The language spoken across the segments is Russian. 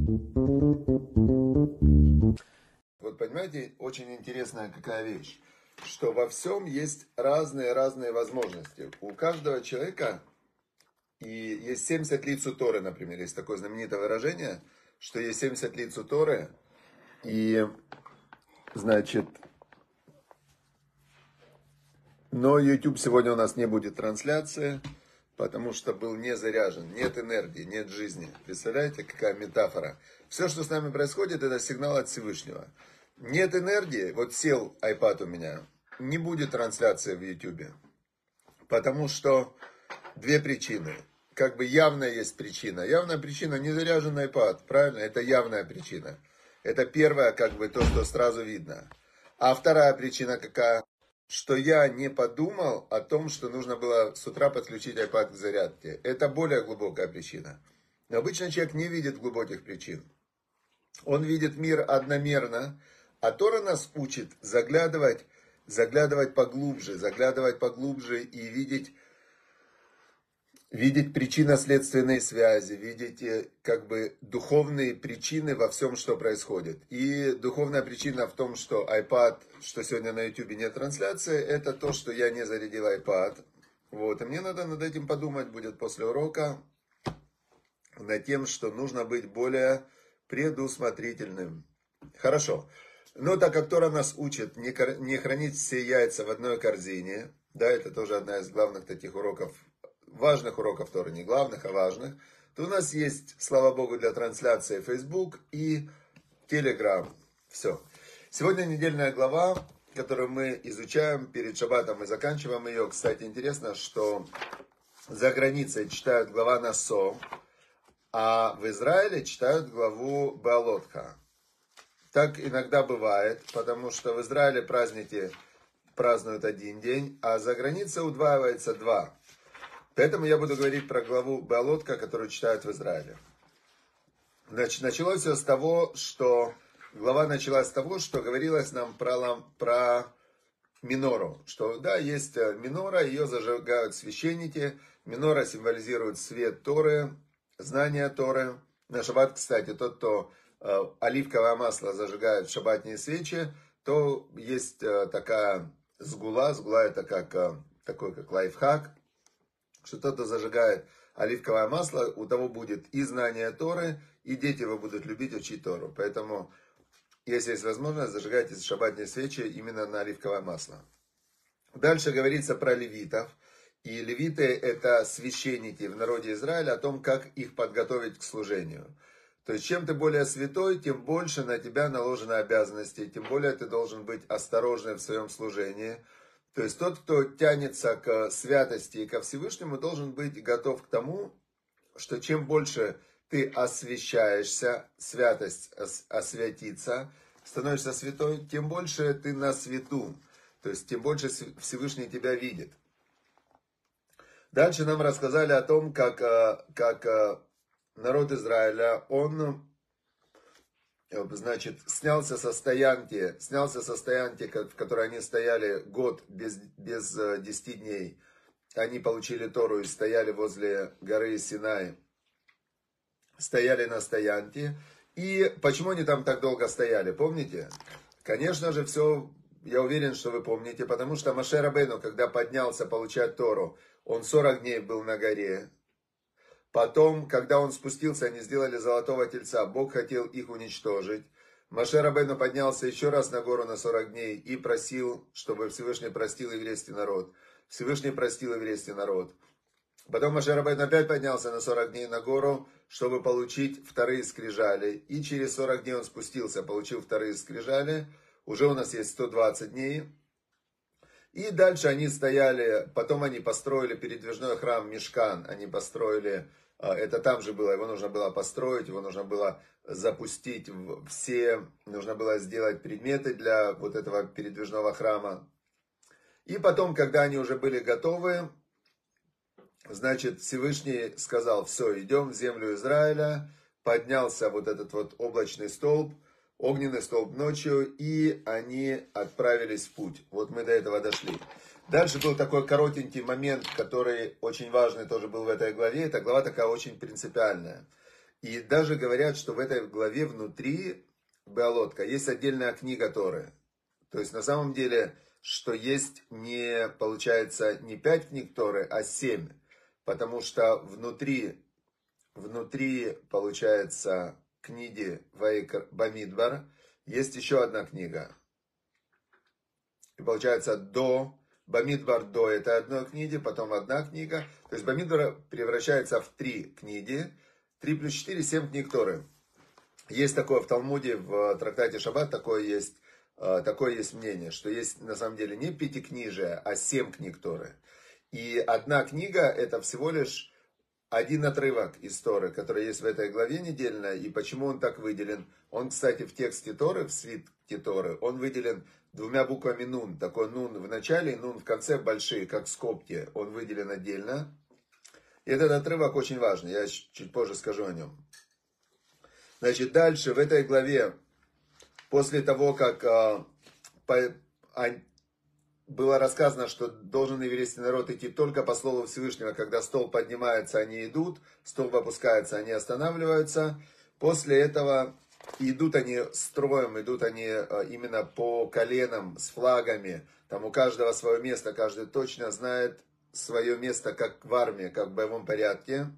Вот понимаете, очень интересная какая вещь, что во всем есть разные возможности. У каждого человека и есть 70 лиц у Торы, например, есть такое знаменитое выражение, что есть 70 лиц у Торы, и, значит, но YouTube сегодня у нас не будет трансляции, потому что был не заряжен, нет энергии, нет жизни. Представляете, какая метафора? Все, что с нами происходит, это сигнал от Всевышнего. Нет энергии, вот сел iPad у меня, не будет трансляции в YouTube. Потому что две причины. Как бы явная есть причина. Явная причина не заряжен iPad, правильно? Это явная причина. Это первая, как бы, то, что сразу видно. А вторая причина какая? Что я не подумал о том, что нужно было с утра подключить iPad к зарядке. Это более глубокая причина. Но обычно человек не видит глубоких причин. Он видит мир одномерно, а Тора нас учит заглядывать поглубже и видеть причинно-следственные связи, видеть как бы духовные причины во всем, что происходит. И духовная причина в том, что iPad, что сегодня на YouTube нет трансляции, это то, что я не зарядил iPad. Вот. И мне надо над этим подумать будет после урока, над тем, что нужно быть более предусмотрительным. Хорошо. Но так как Тора нас учит не хранить все яйца в одной корзине, да, это тоже одна из главных таких уроков, важных уроков Торы, не главных, а важных, то у нас есть, слава Богу, для трансляции Facebook и Telegram. Все. Сегодня недельная глава, которую мы изучаем перед шаббатом и заканчиваем ее. Кстати, интересно, что за границей читают глава Насо, а в Израиле читают главу Беалотха. Так иногда бывает, потому что в Израиле праздники празднуют один день, а за границей удваивается два. Поэтому я буду говорить про главу Беалотха, которую читают в Израиле. Значит, началось все с того, что глава началась с того, что говорилось нам про минору. Что да, есть минора, ее зажигают священники. Минора символизирует свет Торы, знание Торы. На шаббат, кстати, тот, кто оливковое масло зажигает в шаббатные свечи, то есть такая сгула. Сгула это такой как лайфхак, что тот, кто зажигает оливковое масло, у того будет и знание Торы, и дети его будут любить учить Тору. Поэтому, если есть возможность, зажигайте шаббатные свечи именно на оливковое масло. Дальше говорится про левитов. И левиты это священники в народе Израиля, о том, как их подготовить к служению. То есть, чем ты более святой, тем больше на тебя наложено обязанностей, тем более ты должен быть осторожным в своем служении. То есть, тот, кто тянется к святости и ко Всевышнему, должен быть готов к тому, что чем больше ты освящаешься, святость освятиться, становишься святой, тем больше ты на свету. То есть, тем больше Всевышний тебя видит. Дальше нам рассказали о том, как народ Израиля, он, значит, снялся со стоянки, в которой они стояли год без 10 дней. Они получили Тору и стояли возле горы Синай. Стояли на стоянке. И почему они там так долго стояли, помните? Конечно же, все, я уверен, что вы помните, потому что Моше Рабейну, когда поднялся получать Тору, он 40 дней был на горе. Потом, когда он спустился, они сделали золотого тельца. Бог хотел их уничтожить. Моше Рабейну поднялся еще раз на гору на 40 дней и просил, чтобы Всевышний простил еврейский народ. Всевышний простил еврейский народ. Потом Моше Рабейну опять поднялся на 40 дней на гору, чтобы получить вторые скрижали. И через 40 дней он спустился, получил вторые скрижали. Уже у нас есть 120 дней. И дальше они стояли, потом они построили передвижной храм Мишкан. Они построили, это там же было, его нужно было построить, его нужно было запустить нужно было сделать предметы для вот этого передвижного храма. И потом, когда они уже были готовы, значит, Всевышний сказал: все, идем в землю Израиля. Поднялся вот этот вот облачный столб, огненный столб ночью, и они отправились в путь. Вот мы до этого дошли. Дальше был такой коротенький момент, который очень важный тоже был в этой главе. Эта глава такая очень принципиальная. И даже говорят, что в этой главе внутри Беалотка есть отдельная книга Торы. То есть на самом деле, что есть не, получается, не 5 книг Торы, а 7. Потому что внутри, получается, книги Ваикар Бамидбар есть еще одна книга. И получается, Бамидбар до это одной книги, потом одна книга. То есть Бамидбар превращается в 3 книги. 3 плюс 4, 7 книг Торы. Есть такое в Талмуде, в трактате Шаббат, такое есть мнение, что есть на самом деле не пятикнижие, а 7 книг Торы. И одна книга это всего лишь один отрывок из Торы, который есть в этой главе недельной. И почему он так выделен? Он, кстати, в тексте Торы, в свитке Торы, он выделен 2 буквами нун. Такой нун в начале и нун в конце большие, как скобки. Он выделен отдельно. И этот отрывок очень важный, я чуть позже скажу о нем. Значит, дальше в этой главе, после того, как было рассказано, что должен еврейский народ идти только по слову Всевышнего, когда столб поднимается, они идут, столб опускается, они останавливаются. После этого идут они строем, идут они именно по коленам, с флагами. Там у каждого свое место, каждый точно знает свое место, как в армии, как в боевом порядке.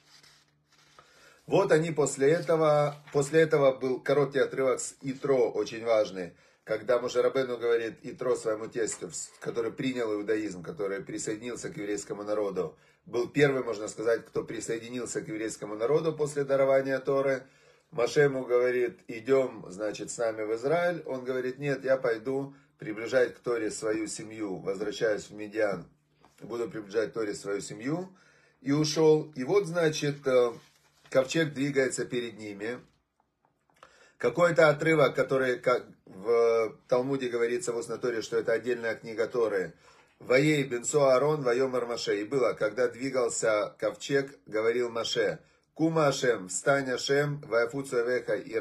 Вот они после этого был короткий отрывок с Итро, очень важный, когда Моше Рабейну говорит Итро своему тестю, который принял иудаизм, который присоединился к еврейскому народу, был первый, можно сказать, кто присоединился к еврейскому народу после дарования Торы. Моше ему говорит, идем, значит, с нами в Израиль. Он говорит, нет, я пойду приближать к Торе свою семью, возвращаюсь в Медиан, буду приближать к Торе свою семью. И ушел. И вот, значит, ковчег двигается перед ними. Какой-то отрывок, который, как в Талмуде говорится в Устной-Торе, что это отдельная книга Торы. Ваей бенцо Аарон, вайомар Моше. И было, когда двигался ковчег, говорил Моше, Кума Ашем, встань Ашем, ваяфуцу эвеха, и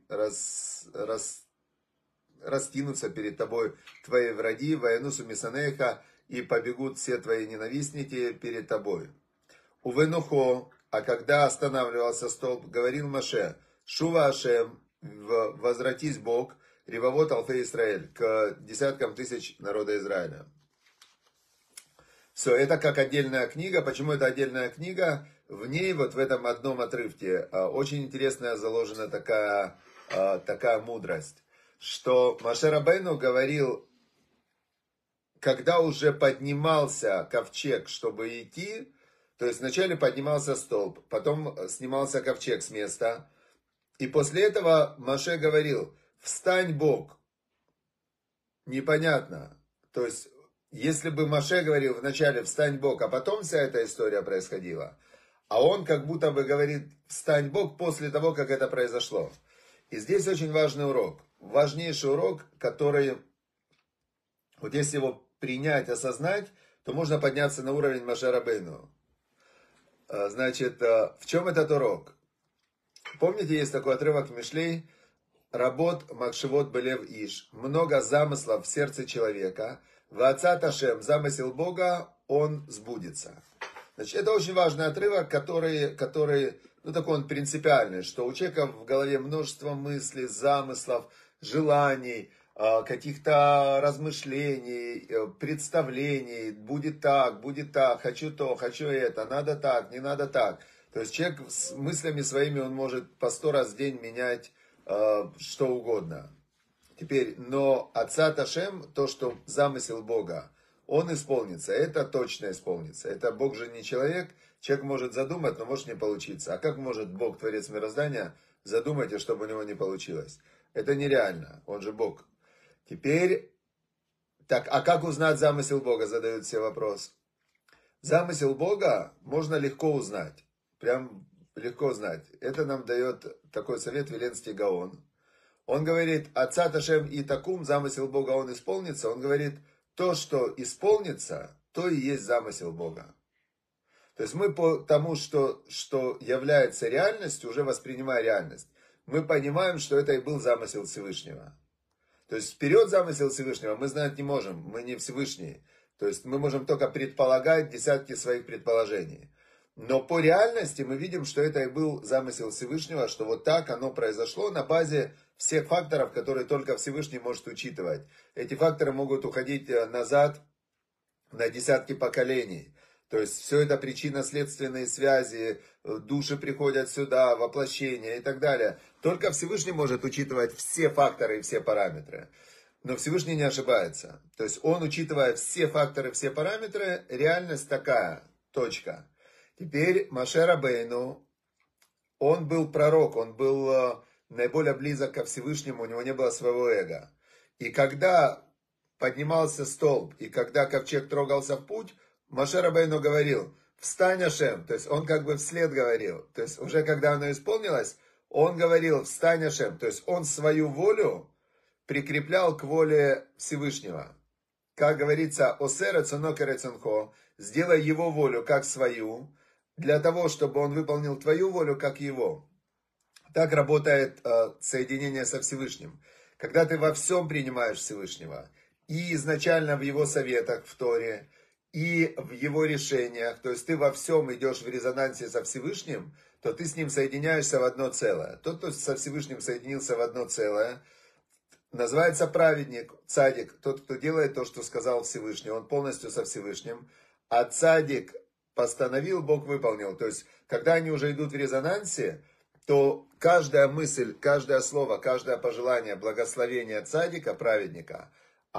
растянутся перед тобой твои враги, ваянусу мисанеха, и побегут все твои ненавистники перед тобой. Увенухо, а когда останавливался столб, говорил Моше, Шува Ашем, возвратись Бог, Ревовод Алфей Израиль, к десяткам тысяч народа Израиля. Все, это как отдельная книга. Почему это отдельная книга? В ней, вот в этом одном отрывке, очень интересная заложена такая мудрость, что Моше Рабейну говорил, когда уже поднимался ковчег, чтобы идти, то есть вначале поднимался столб, потом снимался ковчег с места, и после этого Моше говорил, встань Бог. Непонятно. То есть, если бы Моше говорил вначале встань Бог, а потом вся эта история происходила, а он как будто бы говорит встань Бог после того, как это произошло. И здесь очень важный урок. Важнейший урок, который, вот если его принять, осознать, то можно подняться на уровень Моше Рабейну. Значит, в чем этот урок? Помните, есть такой отрывок в Мишлей, Работ Макшевот Белев Иш. Много замыслов в сердце человека. Ваацат Ашем, замысел Бога, он сбудется. Значит, это очень важный отрывок, который, ну такой он принципиальный, что у человека в голове множество мыслей, замыслов, желаний, каких-то размышлений, представлений, будет так, хочу то, хочу это, надо так, не надо так. То есть человек с мыслями своими, он может по 100 раз в день менять что угодно. Теперь, но Ацат Ашем, то, что замысел Бога, он исполнится, это точно исполнится. Это Бог же не человек, человек может задумать, но может не получиться. А как может Бог, Творец мироздания, задумать, и чтобы у него не получилось? Это нереально, он же Бог. Теперь, так, а как узнать замысел Бога, задают все вопрос. Замысел Бога можно легко узнать, прям легко знать. Это нам дает такой совет Виленский Гаон. Он говорит, Ацат Ашем и Такум, замысел Бога, он исполнится. Он говорит, то, что исполнится, то и есть замысел Бога. То есть мы по тому, что является реальностью, уже воспринимая реальность, мы понимаем, что это и был замысел Всевышнего. То есть вперед замысел Всевышнего мы знать не можем, мы не Всевышние. То есть мы можем только предполагать десятки своих предположений. Но по реальности мы видим, что это и был замысел Всевышнего, что вот так оно произошло на базе всех факторов, которые только Всевышний может учитывать. Эти факторы могут уходить назад на десятки поколений. То есть все это причинно-следственные связи, души приходят сюда, воплощение и так далее. Только Всевышний может учитывать все факторы и все параметры. Но Всевышний не ошибается. То есть он, учитывая все факторы, все параметры, реальность такая, точка. Теперь Моше Рабейну, он был пророк, он был наиболее близок ко Всевышнему, у него не было своего эго. И когда поднимался столб, и когда ковчег трогался в путь, Моше Рабейну говорил: «Встань, Ашем», то есть он как бы вслед говорил. То есть уже когда оно исполнилось, он говорил: «Встань, Ашем», то есть он свою волю прикреплял к воле Всевышнего. Как говорится, «Осе рацоно керецонхо», сделай его волю как свою, для того, чтобы он выполнил твою волю как его. Так работает соединение со Всевышним. Когда ты во всем принимаешь Всевышнего, и изначально в его советах в Торе, и в его решениях, то есть ты во всем идешь в резонансе со Всевышним, то ты с ним соединяешься в одно целое. Тот, кто со Всевышним соединился в одно целое, называется праведник, цадик, тот, кто делает то, что сказал Всевышний, он полностью со Всевышним, а цадик постановил, Бог выполнил. То есть, когда они уже идут в резонансе, то каждая мысль, каждое слово, каждое пожелание, благословение цадика, праведника,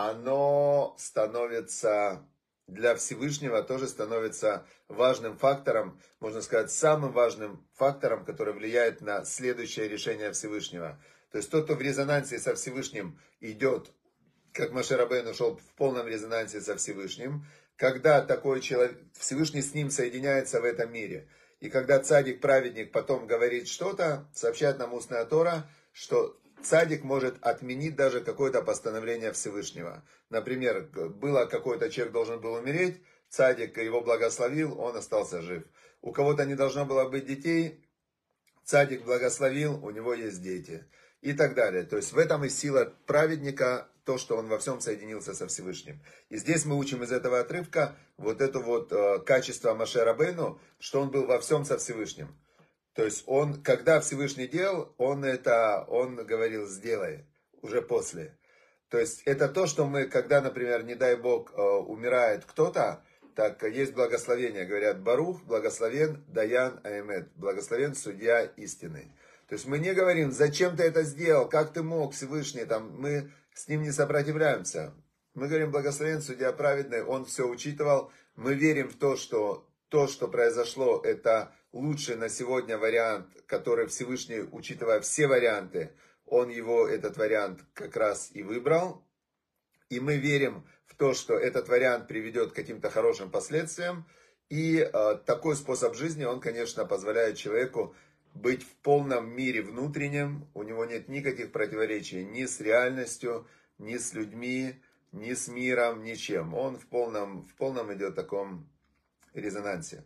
оно становится для Всевышнего, тоже становится важным фактором, можно сказать, самым важным фактором, который влияет на следующее решение Всевышнего. То есть тот, кто в резонансе со Всевышним идет, как Моше Рабейну шел в полном резонансе со Всевышним, когда такой человек, Всевышний с ним соединяется в этом мире. И когда цадик, праведник потом говорит что-то, сообщает нам устная Тора, что цадик может отменить даже какое-то постановление Всевышнего. Например, было какой-то человек должен был умереть, цадик его благословил, он остался жив. У кого-то не должно было быть детей, цадик благословил, у него есть дети. И так далее. То есть в этом и сила праведника, то, что он во всем соединился со Всевышним. И здесь мы учим из этого отрывка вот это вот качество Моше Рабейну, что он был во всем со Всевышним. То есть он, когда Всевышний делал, он говорил: сделай, уже после. То есть это то, что мы, когда, например, не дай Бог, умирает кто-то, так есть благословение, говорят: Барух, благословен Даян Аэмет, благословен судья истины. То есть мы не говорим: зачем ты это сделал, как ты мог, Всевышний, там, мы с ним не сопротивляемся. Мы говорим: благословен судья праведный, он все учитывал. Мы верим в то, что произошло, это лучший на сегодня вариант, который Всевышний, учитывая все варианты, он этот вариант как раз и выбрал. И мы верим в то, что этот вариант приведет к каким-то хорошим последствиям. И такой способ жизни, он, конечно, позволяет человеку быть в полном мире внутреннем, у него нет никаких противоречий ни с реальностью, ни с людьми, ни с миром, ничем. Он в полном идет таком резонансе.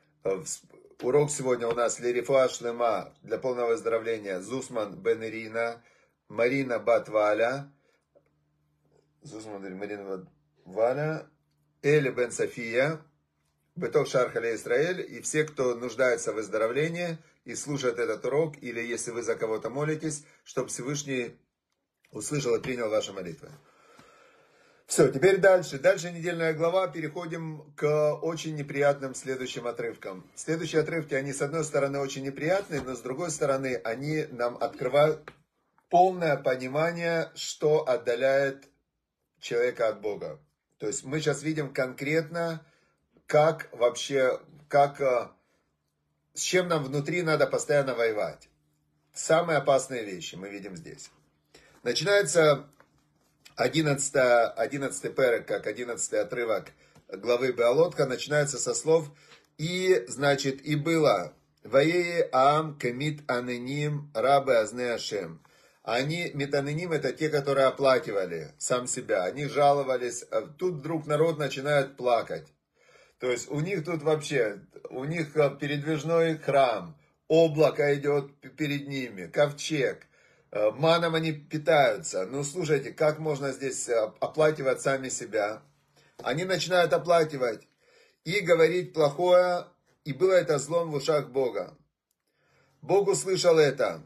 Урок сегодня у нас Лерифуа Шлема, для полного выздоровления, Зусман бен Ирина, Марина бат Валя, Эли бен София, Бетох Шар Хале Исраэль, и все, кто нуждается в выздоровлении и слушает этот урок, или если вы за кого-то молитесь, чтобы Всевышний услышал и принял ваши молитвы. Все, теперь дальше. Дальше недельная глава. Переходим к очень неприятным следующим отрывкам. Следующие отрывки, они с одной стороны очень неприятные, но с другой стороны они нам открывают полное понимание, что отдаляет человека от Бога. То есть мы сейчас видим конкретно, с чем нам внутри надо постоянно воевать. Самые опасные вещи мы видим здесь. Начинается 11 перек, как 11 отрывок главы Беалотха, начинается со слов: и, значит, и было «Ваее аам кемит аненим рабы азне Ашем». Они, метаненим, это те, которые оплакивали сам себя, они жаловались, тут вдруг народ начинает плакать. То есть у них тут вообще, у них передвижной храм, облако идет перед ними, ковчег, маном они питаются. Ну слушайте, как можно здесь оплакивать сами себя? Они начинают оплакивать и говорить плохое, и было это злом в ушах Бога. Бог услышал это.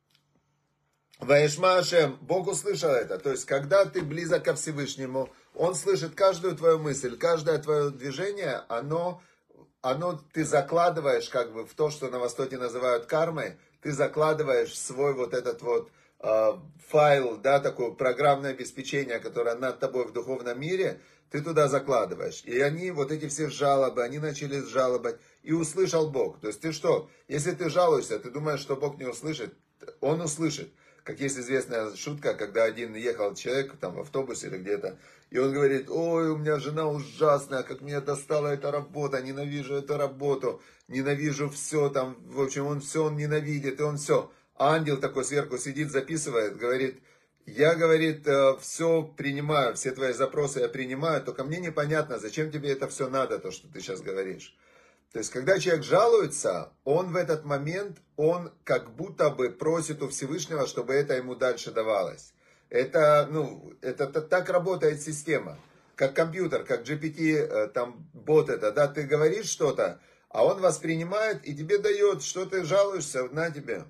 Ваешма Ашем, Бог услышал это. То есть, когда ты близок ко Всевышнему, Он слышит каждую твою мысль, каждое твое движение, оно ты закладываешь как бы в то, что на Востоке называют кармой, ты закладываешь в свой вот этот вот файл, да, такое программное обеспечение, которое над тобой в духовном мире, ты туда закладываешь. И они, вот эти все жалобы, они начали жалобать, и услышал Бог. То есть ты что, если ты жалуешься, ты думаешь, что Бог не услышит, Он услышит. Как есть известная шутка, когда один ехал человек там в автобусе или где-то, и он говорит: ой, у меня жена ужасная, как меня достала эта работа, ненавижу эту работу, ненавижу все там, в общем, он ненавидит, и он все. А ангел такой сверху сидит, записывает, говорит: я, говорит, все принимаю, все твои запросы я принимаю, только мне непонятно, зачем тебе это все надо, то, что ты сейчас говоришь. То есть, когда человек жалуется, он в этот момент, он как будто бы просит у Всевышнего, чтобы это ему дальше давалось. Это так работает система. Как компьютер, как GPT, там, бот это, да, ты говоришь что-то, а он воспринимает и тебе дает, что ты жалуешься, на тебе.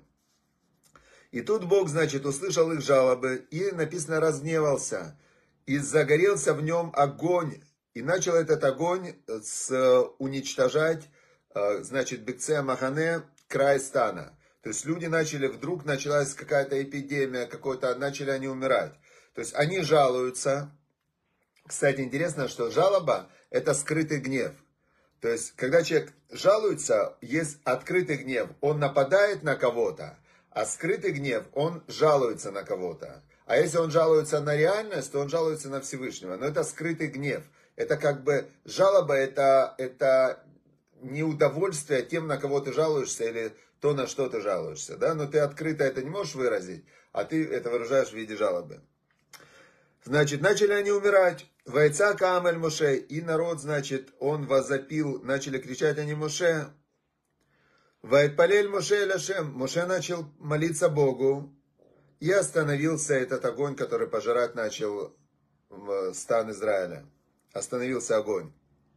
И тут Бог, значит, услышал их жалобы и, написано, разгневался. И загорелся в нем огонь. И начал этот огонь уничтожать, значит, Бекце Махане, край стана. То есть люди вдруг началась какая-то эпидемия, начали они умирать. То есть они жалуются. Кстати, интересно, что жалоба – это скрытый гнев. То есть, когда человек жалуется, есть открытый гнев, он нападает на кого-то, а скрытый гнев, он жалуется на кого-то. А если он жалуется на реальность, то он жалуется на Всевышнего. Но это скрытый гнев. Это как бы жалоба, это не удовольствие тем, на кого ты жалуешься, или то, на что ты жалуешься. Да? Но ты открыто это не можешь выразить, а ты это выражаешь в виде жалобы. Значит, начали они умирать. Вайца Каамель Моше. И народ, значит, он возопил, начали кричать они Моше. Вайтпалель Моше Эляшем. Моше начал молиться Богу. И остановился этот огонь, который пожирать начал стан Израиля. Остановился огонь.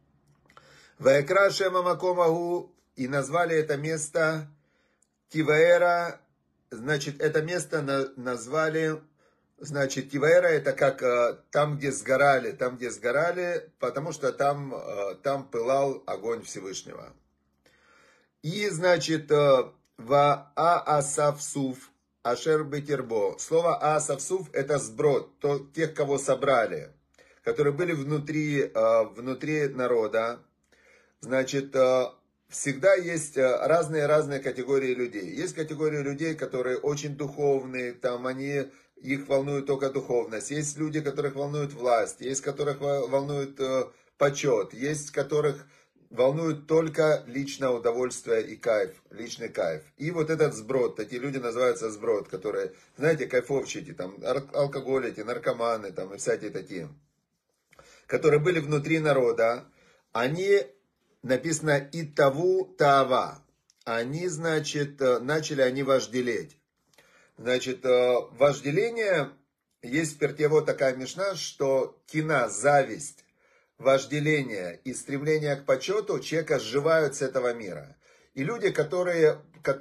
Ваекра Шема Макомагу. И назвали это место Тиваэра. Значит, это место назвали... Значит, Тиваэра это как там, где сгорали, потому что там пылал огонь Всевышнего. И, значит, ва Аасавсуф Ашер Бетербо. Слово Аасавсуф это сброд, тех, кого собрали, которые были внутри народа. Значит, всегда есть разные категории людей. Есть категории людей, которые очень духовные, там их волнует только духовность. Есть люди, которых волнует власть, есть которых волнует почет, есть которых волнует только личное удовольствие и кайф, личный кайф. И вот этот сброд, такие люди называются сброд, которые, знаете, кайфовщики, там, алкоголики, наркоманы, там, и всякие такие, которые были внутри народа, они, написано, «Итаву Таава». Они, значит, начали они вожделеть. Значит, вожделение, есть в Перке вот такая мишна, что кина, зависть, вожделение и стремление к почету человека сживают с этого мира. И люди, которые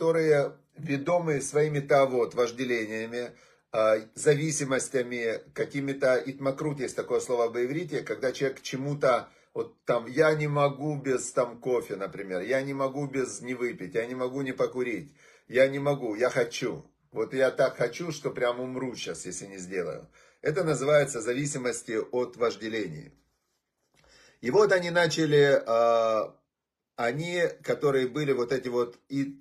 ведомы своими тавот, вожделениями, зависимостями, какими-то итмакрут, есть такое слово в иврите, когда человек к чему-то, вот там, я не могу без там кофе, например, я не могу без не выпить, я не могу не покурить, я не могу, я хочу. Вот я так хочу, что прям умру сейчас, если не сделаю. Это называется зависимости от вожделения. И вот они начали, они, которые были вот эти вот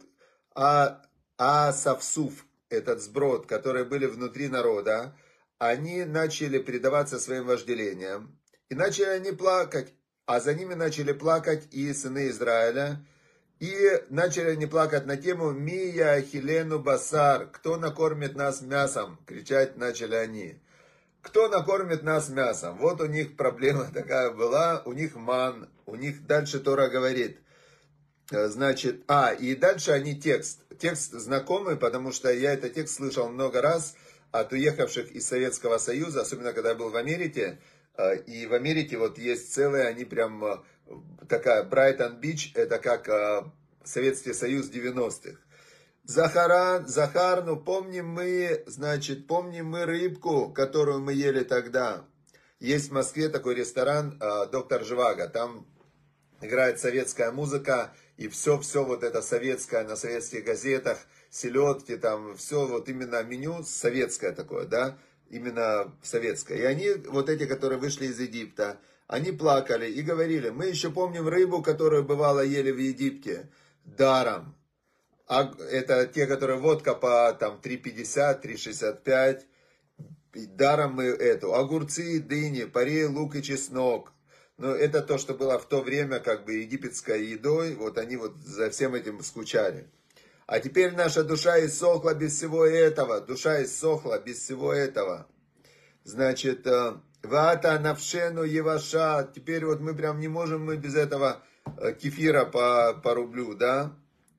Аасавсуф, этот сброд, которые были внутри народа, они начали предаваться своим вожделениям. И начали они плакать, а за ними начали плакать и сыны Израиля. И начали они плакать на тему «Мия хилену басар», «Кто накормит нас мясом?» Кричать начали они. Кто накормит нас мясом? Вот у них проблема такая была, у них ман, у них дальше Тора говорит. Значит, и дальше они текст знакомый, потому что я этот текст слышал много раз от уехавших из Советского Союза, особенно когда я был в Америке. И в Америке вот есть целые, они прям такая Брайтон-Бич, это как Советский Союз 90-х. Захар, ну помним мы, значит, помним мы рыбку, которую мы ели тогда. Есть в Москве такой ресторан «Доктор Живаго», там играет советская музыка, и все вот это советское на советских газетах, селедки, там все вот именно меню советское такое, да, именно советское. И они, вот эти, которые вышли из Египта, они плакали и говорили: мы еще помним рыбу, которую бывало ели в Египте, даром. А это те, которые водка по там 3,50, 3,65, даром мы эту. Огурцы, дыни, парей, лук и чеснок. Но это то, что было в то время как бы египетской едой, вот они вот за всем этим скучали. А теперь наша душа иссохла без всего этого, душа иссохла без всего этого. Значит, вата навшену еваша, теперь вот мы прям не можем мы без этого кефира по рублю, да.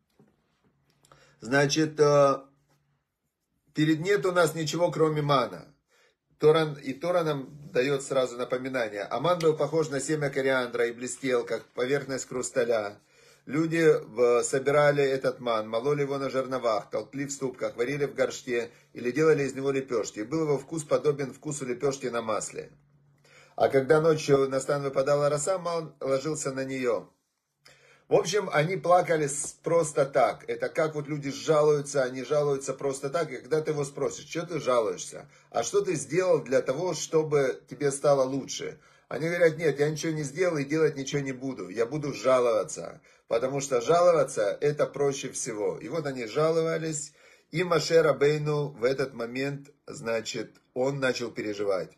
Значит, перед нет у нас ничего, кроме мана. Тора нам дает сразу напоминание. Аман был похож на семя кориандра и блестел, как поверхность хрусталя. Люди собирали этот ман, мололи его на жерновах, толкли в ступках, варили в горшке или делали из него лепешки. И был его вкус подобен вкусу лепешки на масле. А когда ночью на стан выпадала роса, ман ложился на нее. В общем, они плакали просто так. Это как вот люди жалуются, они жалуются просто так. И когда ты его спросишь: что ты жалуешься? А что ты сделал для того, чтобы тебе стало лучше? Они говорят: нет, я ничего не сделал и делать ничего не буду. Я буду жаловаться. Потому что жаловаться это проще всего. И вот они жаловались. И Моше Рабейну в этот момент, значит, он начал переживать.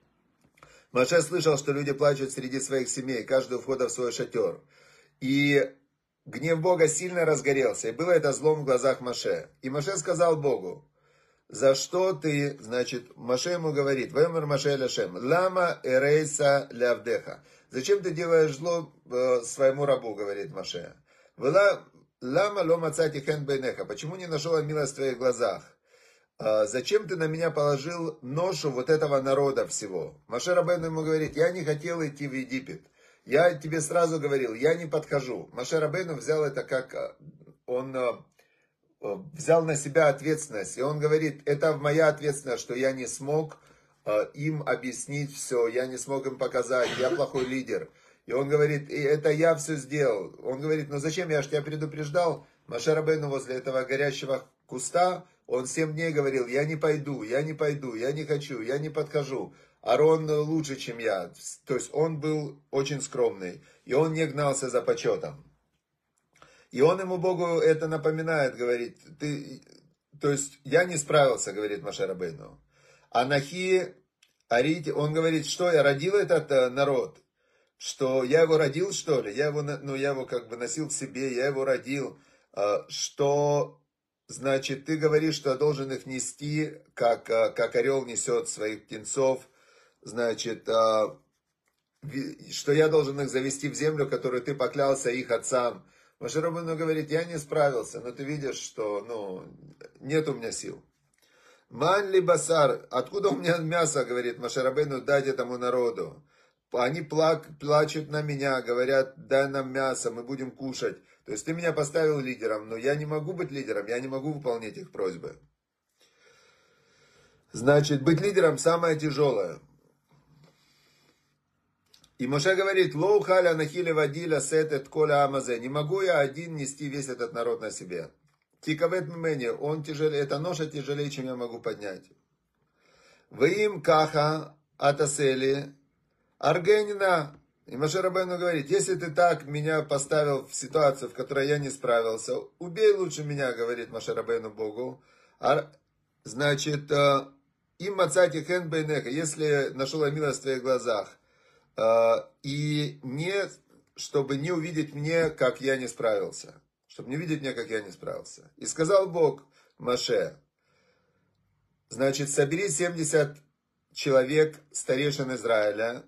Моше слышал, что люди плачут среди своих семей, каждый у входа в свой шатер. И гнев Бога сильно разгорелся, и было это злом в глазах Моше. И Моше сказал Богу: за что ты, значит, Моше ему говорит: «Вэмэр Моше ляшем, лама эрейса лявдеха». Зачем ты делаешь зло своему рабу, говорит Моше. Лама ло мацати хэн бейнеха, почему не нашел я милость в твоих глазах? Зачем ты на меня положил ношу вот этого народа всего? Моше Рабейну ему говорит: я не хотел идти в Египет. Я тебе сразу говорил, я не подхожу. Моше Рабейну взял это как, он взял на себя ответственность. И он говорит: это моя ответственность, что я не смог им объяснить все, я не смог им показать, я плохой лидер. И он говорит: и это я все сделал. Он говорит: ну зачем, я же тебя предупреждал. Моше Рабейну возле этого горящего куста, он 7 дней говорил: я не пойду, я не пойду, я не хочу, я не подхожу. Арон лучше, чем я. То есть он был очень скромный. И он не гнался за почетом. И он ему, Богу, это напоминает, говорит: то есть я не справился, говорит Моше Рабейну. Анахи, Арити, он говорит: что я родил этот народ? Что я его родил, что ли? Я его как бы носил в себе, я его родил. Что, значит, ты говоришь, что я должен их нести, как орел несет своих птенцов. Значит, что я должен их завести в землю, которую ты поклялся их отцам. Моше Рабейну говорит: я не справился, но ты видишь, что, нет у меня сил. Ман ли басар, откуда у меня мясо, говорит Моше Рабейну, дать этому народу? Они плачут на меня, говорят: дай нам мясо, мы будем кушать. То есть ты меня поставил лидером, но я не могу быть лидером, я не могу выполнять их просьбы. Значит, быть лидером самое тяжелое. И Моше говорит: лоу халя нахили вадиля сетет коля амазе. Не могу я один нести весь этот народ на себе. Тикавет мимени, он тяжелее, эта ноша тяжелее, чем я могу поднять. Вы им каха атасели аргенина. И Моше Рабейну говорит: если ты так меня поставил в ситуацию, в которой я не справился, убей лучше меня, говорит Моше Рабейну Богу. Значит, им мацати хэн бейнеха, если нашел я милость в твоих глазах. И не, чтобы не увидеть мне, как я не справился. Чтобы не видеть мне, как я не справился. И сказал Бог Моше: значит, собери 70 человек, старейшин Израиля,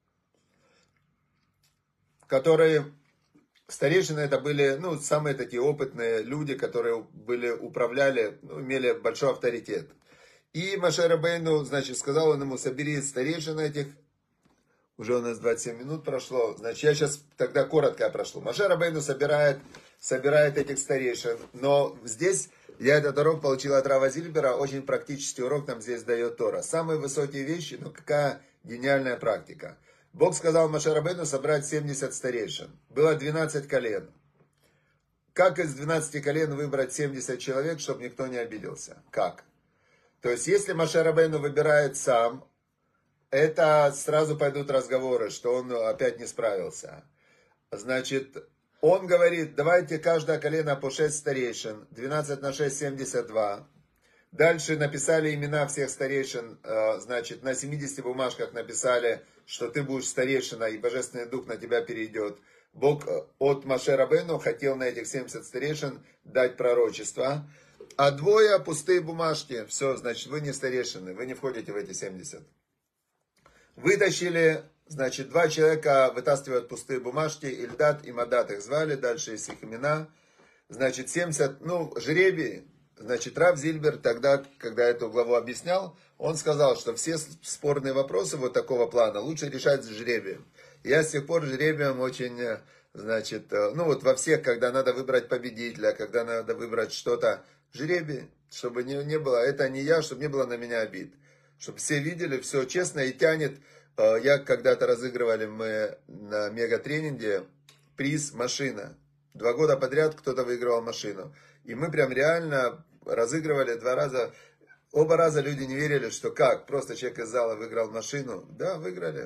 которые, старейшины это были, самые такие опытные люди, которые управляли, имели большой авторитет. И Моше Рабейну, значит, сказал он ему: собери старейшин этих, Уже у нас 27 минут прошло. Значит, я сейчас тогда коротко прошло. Моше Рабейну собирает этих старейшин. Но здесь я этот урок получил от Рава Зильбера. Очень практический урок нам здесь дает Тора. Самые высокие вещи, но какая гениальная практика. Бог сказал Моше Рабейну собрать 70 старейшин. Было 12 колен. Как из 12 колен выбрать 70 человек, чтобы никто не обиделся? Как? То есть, если Моше Рабейну выбирает сам, это сразу пойдут разговоры, что он опять не справился. Значит, он говорит, давайте каждое колено по 6 старейшин, 12 на 6, 72. Дальше написали имена всех старейшин, значит, на 70 бумажках написали, что ты будешь старейшина, и Божественный Дух на тебя перейдет. Бог от Моше Рабейну хотел на этих 70 старейшин дать пророчество. А двое пустые бумажки. Все, значит, вы не старейшины, вы не входите в эти 70. Вытащили, значит, два человека вытаскивают пустые бумажки. Ильдат и Мадат их звали, дальше есть их имена. Значит, 70, жребий. Значит, Рав Зильбер тогда, когда эту главу объяснял, он сказал, что все спорные вопросы вот такого плана лучше решать с жребием. Я с тех пор жребием очень, значит, во всех, когда надо выбрать победителя, когда надо выбрать что-то, жребий, чтобы не было, это не я, чтобы не было на меня обид. Чтобы все видели, все честно и тянет. Я когда-то разыгрывали мы на мегатренинге приз машина. 2 года подряд кто-то выигрывал машину. И мы прям реально разыгрывали 2 раза. Оба раза люди не верили, что как, просто человек из зала выиграл машину. Да, выиграли.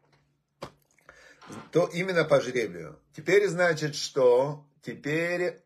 То именно по жребию. Теперь значит, что теперь...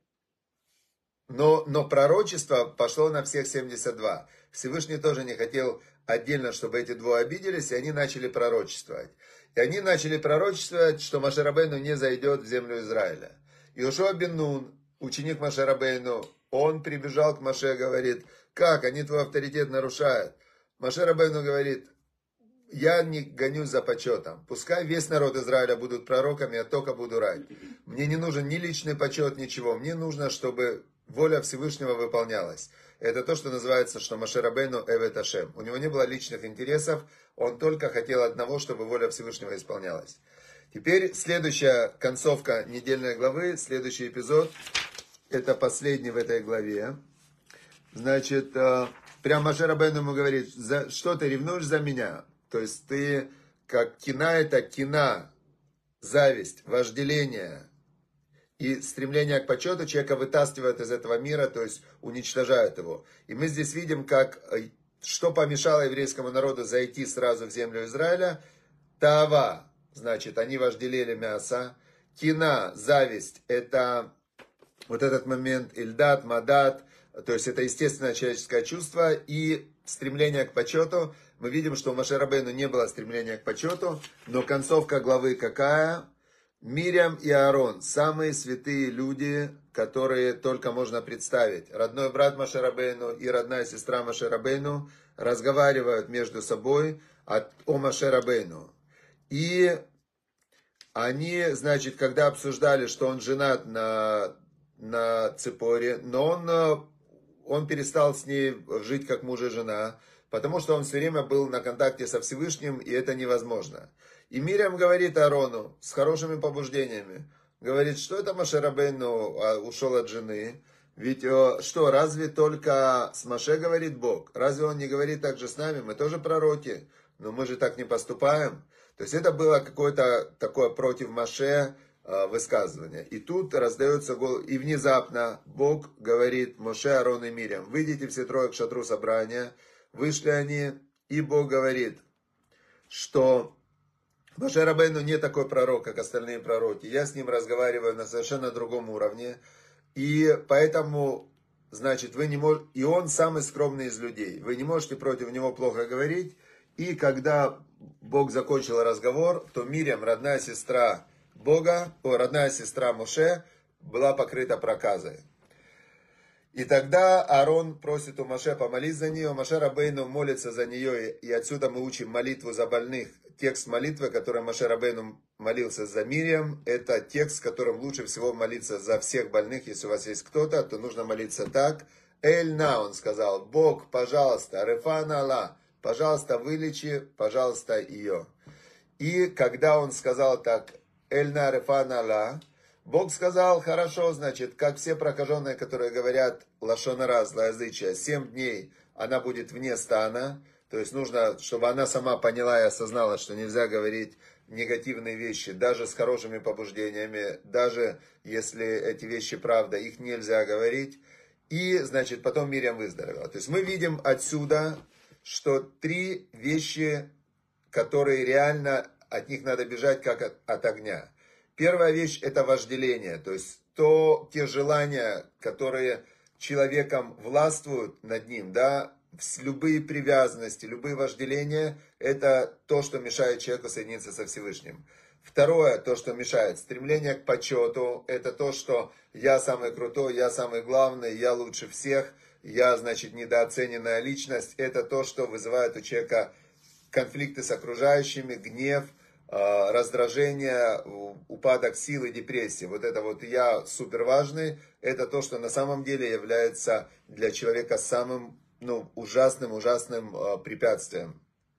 Но пророчество пошло на всех 72. Всевышний тоже не хотел отдельно, чтобы эти двое обиделись, и они начали пророчествовать. И они начали пророчествовать, что Моше Рабейну не зайдет в землю Израиля. Иошуа бен Нун, ученик Моше Рабейну, он прибежал к Моше и говорит, как, они твой авторитет нарушают. Моше Рабейну говорит, я не гонюсь за почетом. Пускай весь народ Израиля будут пророками, я только буду рать. Мне не нужен ни личный почет, ничего. Мне нужно, чтобы воля Всевышнего выполнялась. Это то, что называется, что Моше Рабейну Эвет Ашем. У него не было личных интересов, он только хотел одного, чтобы воля Всевышнего исполнялась. Теперь следующая концовка недельной главы, следующий эпизод, это последний в этой главе. Значит, прям Моше Рабейну ему говорит, что ты ревнуешь за меня? То есть ты, как кина, это кина, зависть, вожделение и стремление к почету человека вытаскивают из этого мира, то есть уничтожают его. И мы здесь видим, что помешало еврейскому народу зайти сразу в землю Израиля. Таава, значит, они вожделели мясо. Кина, зависть, это вот этот момент Ильдат, Мадат, то есть это естественное человеческое чувство и стремление к почету. Мы видим, что у Моше Рабейну не было стремления к почету, но концовка главы какая? Мирьям и Аарон, самые святые люди, которые только можно представить. Родной брат Моше Рабейну и родная сестра Моше Рабейну разговаривают между собой о Моше Рабейну. И они, значит, когда обсуждали, что он женат на Ципоре, но он перестал с ней жить как муж и жена, потому что он все время был на контакте со Всевышним, и это невозможно. И Мирьям говорит Аарону с хорошими побуждениями, говорит, что это Моше Рабейну ушел от жены, ведь что, разве только с Моше говорит Бог? Разве он не говорит так же с нами? Мы тоже пророки, но мы же так не поступаем. То есть это было какое-то такое против Моше высказывание. И тут раздается голос, и внезапно Бог говорит Моше, Аарон и Мирьям, выйдите все трое к шатру собрания. Вышли они, и Бог говорит, что Моше Рабейну не такой пророк, как остальные пророки. Я с ним разговариваю на совершенно другом уровне. И поэтому, значит, вы не можете... И он самый скромный из людей. Вы не можете против него плохо говорить. И когда Бог закончил разговор, то Мирьям, родная сестра родная сестра Моше, была покрыта проказой. И тогда Аарон просит у Моше помолиться за нее. Моше Рабейну молится за нее. И отсюда мы учим молитву за больных. Текст молитвы, который Моше Рабейну молился за Мирьям, это текст, которым лучше всего молиться за всех больных. Если у вас есть кто-то, то нужно молиться так. Эль-на, он сказал, Бог, пожалуйста, рефана Алла, пожалуйста, вылечи, пожалуйста, ее. И когда он сказал так, «Эльна рефана ла», Бог сказал, хорошо, значит, как все прокаженные, которые говорят лашон ара, злоязычие, 7 дней она будет вне стана. То есть нужно, чтобы она сама поняла и осознала, что нельзя говорить негативные вещи, даже с хорошими побуждениями, даже если эти вещи правда, их нельзя говорить. И, значит, потом Мирьям выздоровела. То есть мы видим отсюда, что 3 вещи, которые реально, от них надо бежать, как от огня. Первая вещь – это вожделение, то есть те желания, которые человеком властвуют над ним, да, любые привязанности, любые вожделения – это то, что мешает человеку соединиться со Всевышним. Второе, то, что мешает, стремление к почету, это то, что я самый крутой, я самый главный, я лучше всех, я, значит, недооцененная личность. Это то, что вызывает у человека конфликты с окружающими, гнев, раздражение, упадок силы, депрессии. Вот это вот я супер важный, это то, что на самом деле является для человека самым ужасным препятствием.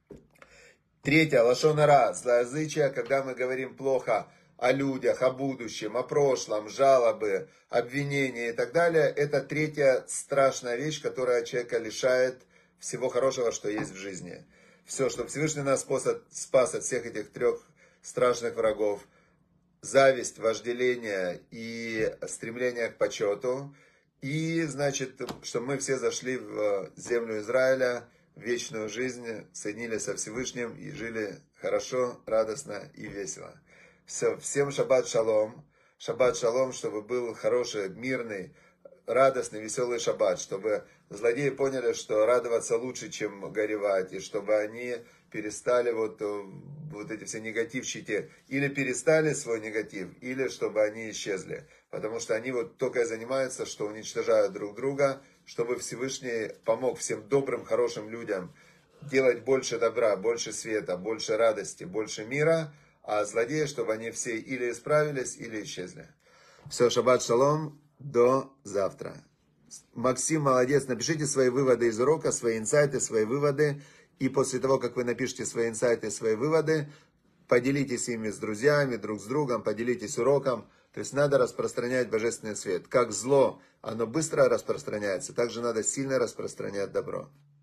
Третье, лашон ара, злоязычие, когда мы говорим плохо о людях, о будущем, о прошлом, жалобы, обвинения и так далее. Это третья страшная вещь, которая человека лишает всего хорошего, что есть в жизни. Все, чтобы Всевышний нас спас от всех этих 3 страшных врагов. Зависть, вожделение и стремление к почету. И, значит, чтобы мы все зашли в землю Израиля, в вечную жизнь, соединились со Всевышним и жили хорошо, радостно и весело. Все, всем шаббат шалом. Шаббат шалом, чтобы был хороший, мирный, радостный, веселый шаббат, чтобы злодеи поняли, что радоваться лучше, чем горевать, и чтобы они перестали вот эти все негативщики, или перестали свой негатив, или чтобы они исчезли. Потому что они вот только и занимаются, что уничтожают друг друга, чтобы Всевышний помог всем добрым, хорошим людям делать больше добра, больше света, больше радости, больше мира, а злодеи, чтобы они все или исправились, или исчезли. Все, шаббат шалом. До завтра. Максим, молодец. Напишите свои выводы из урока, свои инсайты, свои выводы. И после того, как вы напишете свои инсайты, свои выводы, поделитесь ими с друзьями, друг с другом, поделитесь уроком. То есть надо распространять божественный свет. Как зло, оно быстро распространяется, так же надо сильно распространять добро.